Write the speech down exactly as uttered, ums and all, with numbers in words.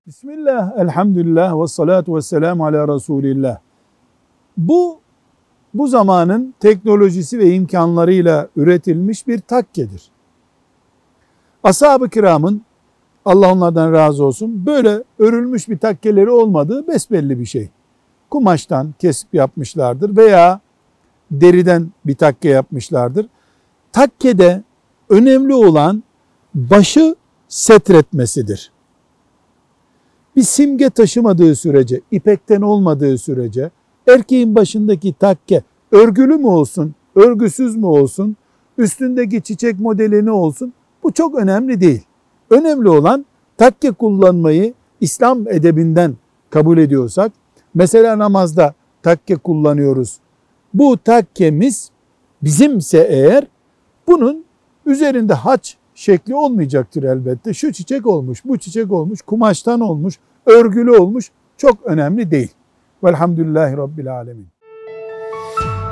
Bismillah, elhamdülillah ve salatu ve selamu ala Resulillah. Bu, bu zamanın teknolojisi ve imkanlarıyla üretilmiş bir takkedir. Ashab-ı kiramın, Allah onlardan razı olsun, böyle örülmüş bir takkeleri olmadığı besbelli bir şey. Kumaştan kesip yapmışlardır veya deriden bir takke yapmışlardır. Takkede önemli olan başı setretmesidir. Bir simge taşımadığı sürece, ipekten olmadığı sürece, erkeğin başındaki takke örgülü mü olsun, örgüsüz mü olsun, üstündeki çiçek modeli ne olsun, bu çok önemli değil. Önemli olan takke kullanmayı İslam edebinden kabul ediyorsak, mesela namazda takke kullanıyoruz. Bu takkemiz bizimse eğer, bunun üzerinde haç şekli olmayacaktır elbette. Şu çiçek olmuş, bu çiçek olmuş, kumaştan olmuş, örgülü olmuş, çok önemli değil. Velhamdülillahi Rabbil Alemin.